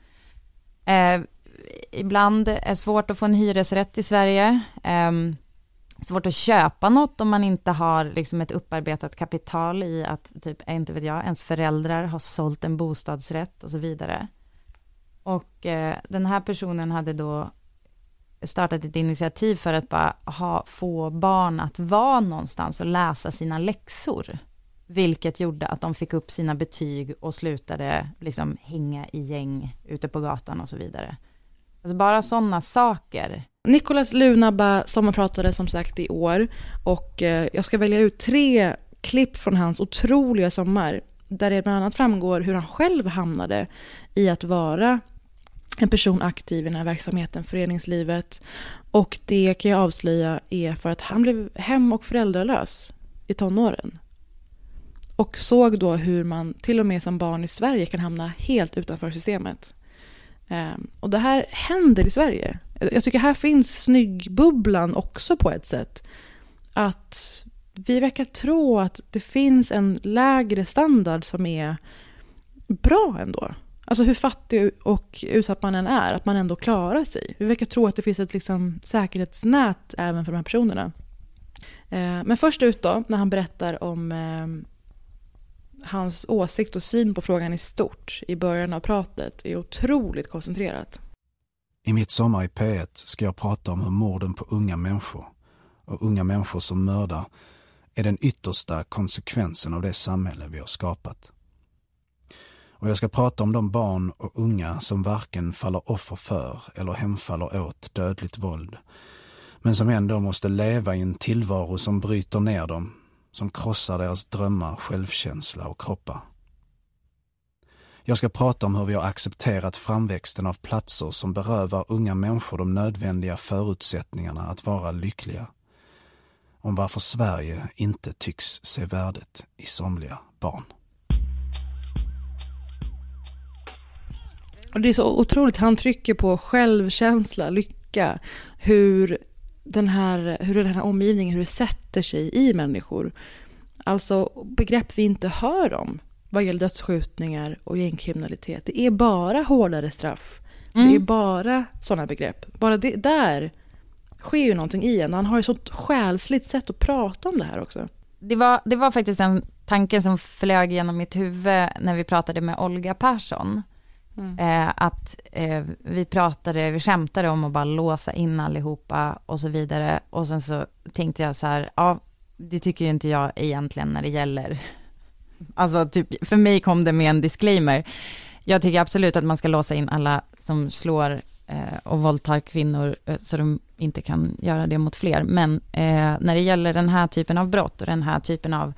Ibland är svårt att få en hyresrätt i Sverige. Svårt att köpa något om man inte har liksom ett upparbetat kapital i att typ, inte vet jag, ens föräldrar har sålt en bostadsrätt och så vidare. Och den här personen hade då startat ett initiativ för att bara få barn att vara någonstans och läsa sina läxor. Vilket gjorde att de fick upp sina betyg och slutade liksom hänga i gäng ute på gatan och så vidare. Alltså bara sådana saker. Nicolas Lunaba sommarpratade som sagt i år, och jag ska välja ut 3 klipp från hans otroliga sommar där det bland annat framgår hur han själv hamnade i att vara en person aktiv i den här verksamheten, föreningslivet, och det kan jag avslöja är för att han blev hem- och föräldralös i tonåren och såg då hur man till och med som barn i Sverige kan hamna helt utanför systemet. Och det här händer i Sverige. Jag tycker här finns snyggbubblan också på ett sätt. Att vi verkar tro att det finns en lägre standard som är bra ändå. Alltså hur fattig och utsatt man än är, att man ändå klarar sig. Vi verkar tro att det finns ett liksom säkerhetsnät även för de här personerna. Men först ut då, när han berättar om hans åsikt och syn på frågan i stort i början av pratet är otroligt koncentrerat. I mitt sommar i P1 ska jag prata om hur morden på unga människor och unga människor som mördar är den yttersta konsekvensen av det samhälle vi har skapat. Och jag ska prata om de barn och unga som varken faller offer för eller hemfaller åt dödligt våld, men som ändå måste leva i en tillvaro som bryter ner dem, som krossar deras drömmar, självkänsla och kroppar. Jag ska prata om hur vi har accepterat framväxten av platser som berövar unga människor de nödvändiga förutsättningarna att vara lyckliga. Om varför Sverige inte tycks se värdet i somliga barn. Och det är så otroligt, han trycker på självkänsla, lycka, hur den här omgivningen, hur det sätter sig i människor. Alltså begrepp vi inte hör om vad gäller dödsskjutningar och gängkriminalitet. Det är bara hårdare straff. Det är bara sådana begrepp. Bara det, där sker ju någonting i en. Han har ett sånt själsligt sätt att prata om det här också. Det var faktiskt en tanke som flög genom mitt huvud när vi pratade med Olga Persson. Att vi skämtade om att bara låsa in allihopa och så vidare, och sen så tänkte jag så här, ja, det tycker ju inte jag egentligen när det gäller, alltså typ, för mig kom det med en disclaimer. Jag tycker absolut att man ska låsa in alla som slår och våldtar kvinnor så de inte kan göra det mot fler, men när det gäller den här typen av brott och den här typen av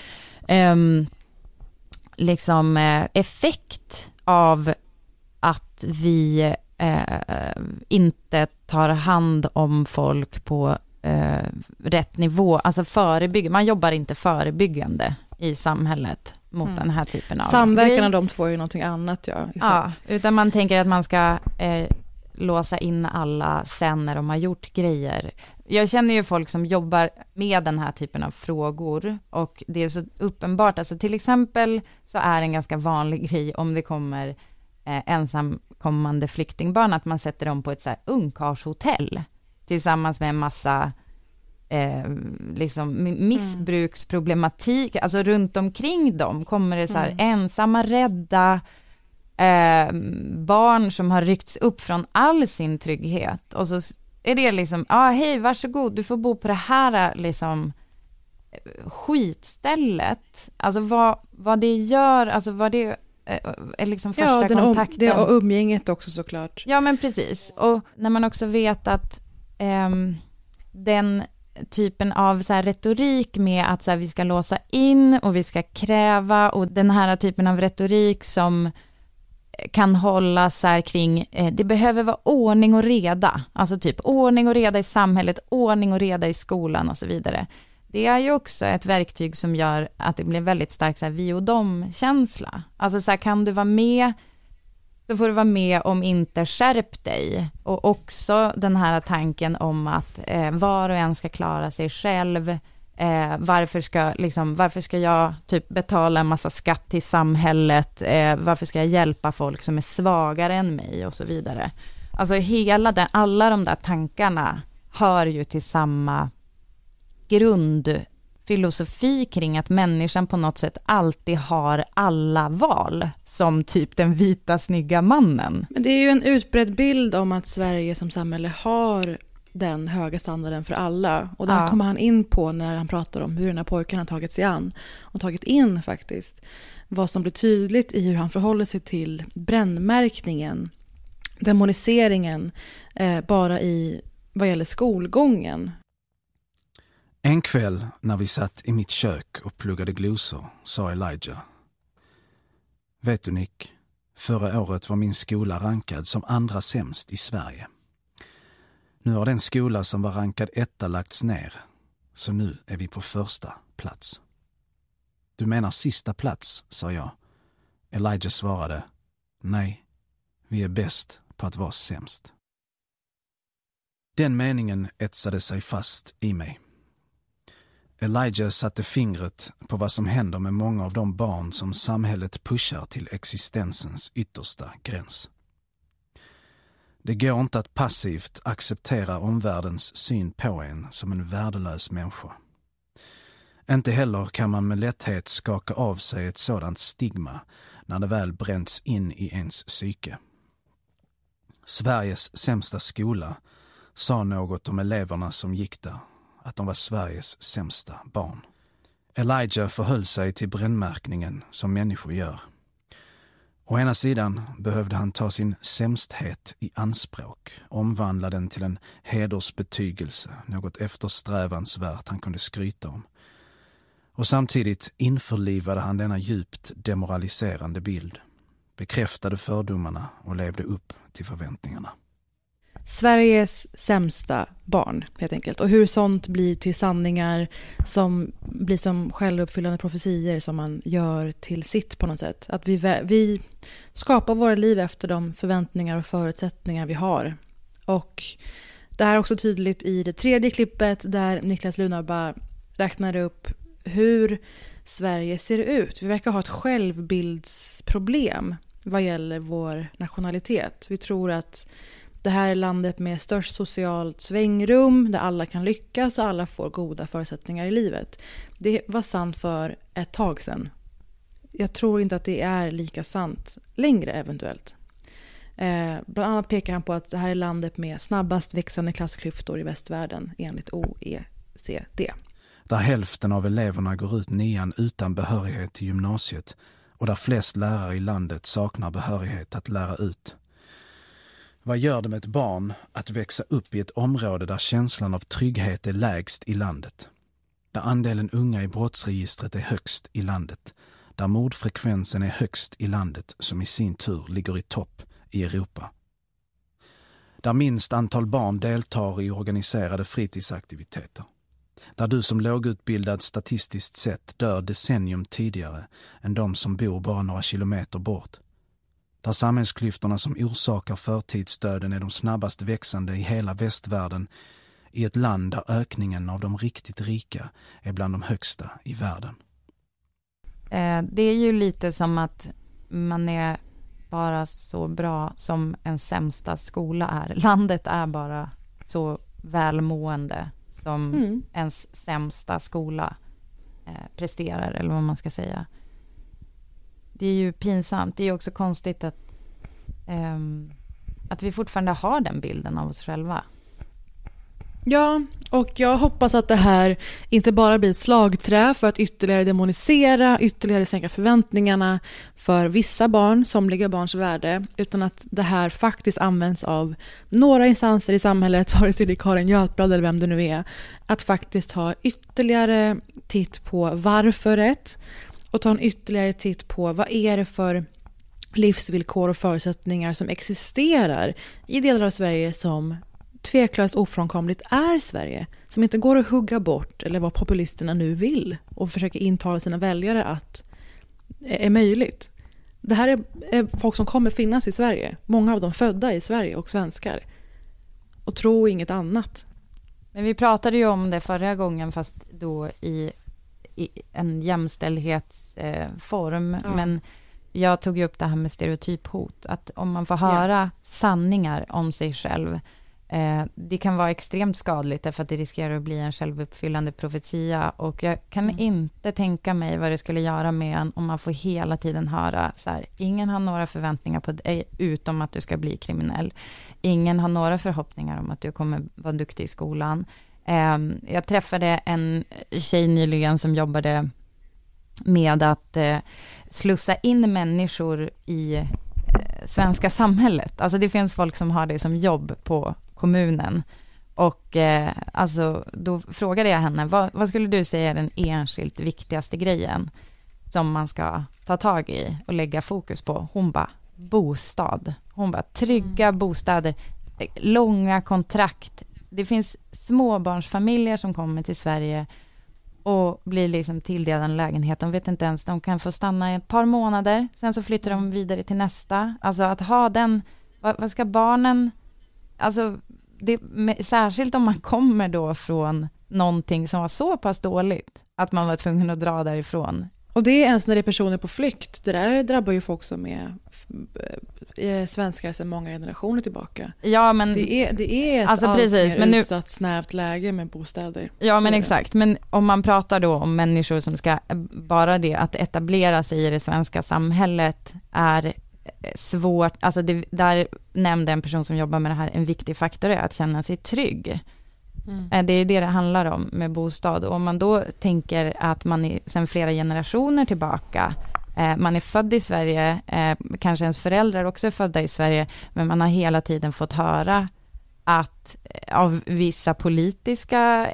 effekt av att vi inte tar hand om folk på rätt nivå, alltså man jobbar inte förebyggande i samhället mot den här typen av samverkan av de två är ju någonting annat, ja, utan man tänker att man ska låsa in alla sen när de har gjort grejer. Jag känner ju folk som jobbar med den här typen av frågor, och det är så uppenbart, alltså till exempel så är en ganska vanlig grej om det kommer ensamkommande flyktingbarn, att man sätter dem på ett så här ungkarlshotell tillsammans med en massa missbruksproblematik, alltså runt omkring dem kommer det så här ensamma, rädda barn som har ryckts upp från all sin trygghet, och så är det liksom, hej, varsågod, du får bo på det här liksom skitstället. Alltså vad det gör, alltså vad det är liksom första kontakten. Det och umgänget också såklart. Ja, men precis. Och när man också vet att den typen av så här retorik med att så här, vi ska låsa in och vi ska kräva, och den här typen av retorik som kan hålla så här kring, det behöver vara ordning och reda. Alltså typ ordning och reda i samhället, ordning och reda i skolan och så vidare. Det är ju också ett verktyg som gör att det blir väldigt stark så här vi och dem-känsla. Alltså så här, kan du vara med, då får du vara med, om inte skärp dig. Och också den här tanken om att var och en ska klara sig själv. Varför ska jag typ betala en massa skatt till samhället? Varför ska jag hjälpa folk som är svagare än mig och så vidare? Alltså alla de där tankarna hör ju till samma grundfilosofi kring att människan på något sätt alltid har alla val, som typ den vita snygga mannen. Men det är ju en utbredd bild om att Sverige som samhälle har den höga standarden för alla. Och där kommer han in på när han pratar om hur den här pojken har tagit sig an och tagit in faktiskt vad som blir tydligt i hur han förhåller sig till brännmärkningen, demoniseringen, bara i vad gäller skolgången. En kväll när vi satt i mitt kök och pluggade glosor sa Elijah: vet du Nick, förra året var min skola rankad som andra sämst i Sverige. Nu har den skola som var rankad 1 lagts ner, så nu är vi på första plats. Du menar sista plats, sa jag. Elijah svarade: nej, vi är bäst på att vara sämst. Den meningen etsade sig fast i mig. Elijah satte fingret på vad som händer med många av de barn som samhället pushar till existensens yttersta gräns. Det går inte att passivt acceptera omvärldens syn på en som en värdelös människa. Inte heller kan man med lätthet skaka av sig ett sådant stigma när det väl bränts in i ens psyke. Sveriges sämsta skola sa något om eleverna som gick där, att de var Sveriges sämsta barn. Elijah förhöll sig till brännmärkningen som människor gör. Å ena sidan behövde han ta sin sämsthet i anspråk, omvandla den till en hedersbetygelse, något eftersträvansvärt han kunde skryta om. Och samtidigt införlivade han denna djupt demoraliserande bild, bekräftade fördomarna och levde upp till förväntningarna. Sveriges sämsta barn, helt enkelt. Och hur sånt blir till sanningar som blir som självuppfyllande profetier som man gör till sitt på något sätt. Att vi skapar våra liv efter de förväntningar och förutsättningar vi har. Och det här är också tydligt i det 3:e klippet där Niklas Lunarba räknar upp hur Sverige ser ut. Vi verkar ha ett självbildsproblem vad gäller vår nationalitet. Vi tror att det här är landet med störst socialt svängrum, där alla kan lyckas och alla får goda förutsättningar i livet. Det var sant för ett tag sedan. Jag tror inte att det är lika sant längre eventuellt. Bland annat pekar han på att det här är landet med snabbast växande klassklyftor i västvärlden enligt OECD. Där hälften av eleverna går ut 9:an utan behörighet till gymnasiet och där flest lärare i landet saknar behörighet att lära ut. Vad gör det med ett barn att växa upp i ett område där känslan av trygghet är lägst i landet? Där andelen unga i brottsregistret är högst i landet. Där mordfrekvensen är högst i landet som i sin tur ligger i topp i Europa. Där minst antal barn deltar i organiserade fritidsaktiviteter. Där du som lågutbildad statistiskt sett dör decennium tidigare än de som bor bara några kilometer bort. Där samhällsklyftorna som orsakar förtidsdöden är de snabbast växande i hela västvärlden, i ett land där ökningen av de riktigt rika är bland de högsta i världen. Det är ju lite som att man är bara så bra som en sämsta skola är. Landet är bara så välmående som ens sämsta skola presterar, eller vad man ska säga. Det är ju pinsamt. Det är också konstigt att vi fortfarande har den bilden av oss själva. Ja, och jag hoppas att det här inte bara blir ett slagträ för att ytterligare demonisera, ytterligare sänka förväntningarna för vissa barn, somliga barns värde, utan att det här faktiskt används av några instanser i samhället, vare sig det är Karin Götblad eller vem det nu är, att faktiskt ha ytterligare titt på varföret och ta en ytterligare titt på vad är det för livsvillkor och förutsättningar som existerar i delar av Sverige som tveklöst ofrånkomligt är Sverige. Som inte går att hugga bort eller vad populisterna nu vill och försöker intala sina väljare att är möjligt. Det här är folk som kommer finnas i Sverige. Många av dem födda i Sverige och svenskar. Och tro inget annat. Men vi pratade ju om det förra gången fast då i en jämställdhetsform. Men jag tog ju upp det här med stereotyphot. Att om man får höra sanningar om sig själv, det kan vara extremt skadligt därför att det riskerar att bli en självuppfyllande profetia. Och jag kan inte tänka mig vad det skulle göra med en om man får hela tiden höra så här: ingen har några förväntningar på dig utom att du ska bli kriminell. Ingen har några förhoppningar om att du kommer vara duktig i skolan. Jag träffade en tjej nyligen som jobbade med att slussa in människor i svenska samhället. Alltså det finns folk som har det som jobb på kommunen. Och alltså, då frågade jag henne, vad skulle du säga är den enskilt viktigaste grejen som man ska ta tag i och lägga fokus på? Hon bara, bostad. Hon bara, trygga bostäder, långa kontrakt. Det finns småbarnsfamiljer som kommer till Sverige och blir liksom tilldelade en lägenhet. De vet inte ens, de kan få stanna ett par månader. Sen så flyttar de vidare till nästa. Alltså att ha den, vad ska barnen, alltså det, särskilt om man kommer då från någonting som var så pass dåligt att man var tvungen att dra därifrån. Och det är ens när det är personer på flykt. Det där drabbar ju folk som är svenskar sedan många generationer tillbaka. Ja, men det är ett alltså, allt precis, mer men nu, utsatt snävt läge med bostäder. Ja, men exakt. Men om man pratar då om människor som ska, bara det att etablera sig i det svenska samhället är svårt. Alltså där nämnde en person som jobbar med det här, en viktig faktor är att känna sig trygg. Det är det handlar om med bostad. Och om man då tänker att man är sedan flera generationer tillbaka, man är född i Sverige, kanske ens föräldrar också är födda i Sverige, men man har hela tiden fått höra att av vissa politiska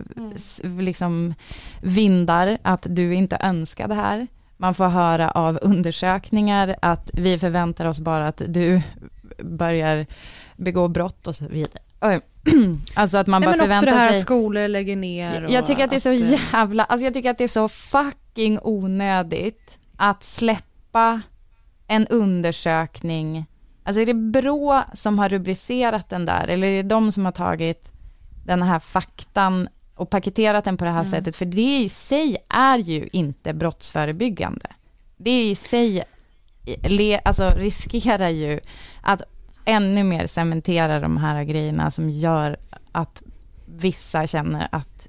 liksom vindar att du inte önskar det här. Man får höra av undersökningar att vi förväntar oss bara att du börjar begå brott och så vidare. Alltså att man bara förväntar sig. Men också det här att skolor lägger ner. Jag tycker att det är så jävla, alltså jag tycker att det är så fucking onödigt att släppa en undersökning. Alltså är det Brå som har rubricerat den där, eller är det de som har tagit den här faktan och paketerat den på det här sättet? För det i sig är ju inte brottsförebyggande. Det i sig alltså riskerar ju att ännu mer cementera de här grejerna som gör att vissa känner att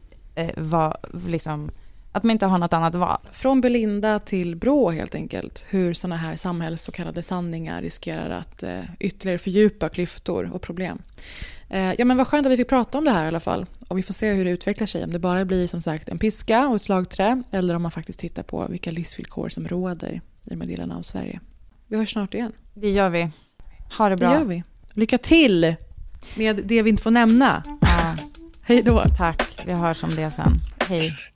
att man inte har något annat val. Från Belinda till Brå helt enkelt. Hur såna här samhälls så kallade sanningar riskerar att ytterligare fördjupa klyftor och problem. Ja, men vad skönt att vi fick prata om det här i alla fall. Och vi får se hur det utvecklar sig. Om det bara blir som sagt en piska och ett slagträ. Eller om man faktiskt tittar på vilka livsvillkor som råder i de här delarna av Sverige. Vi hörs snart igen. Det gör vi. Ha det bra. Det gör vi. Lycka till med det vi inte får nämna. Ja. Hej då. Tack. Vi hörs om det sen. Hej.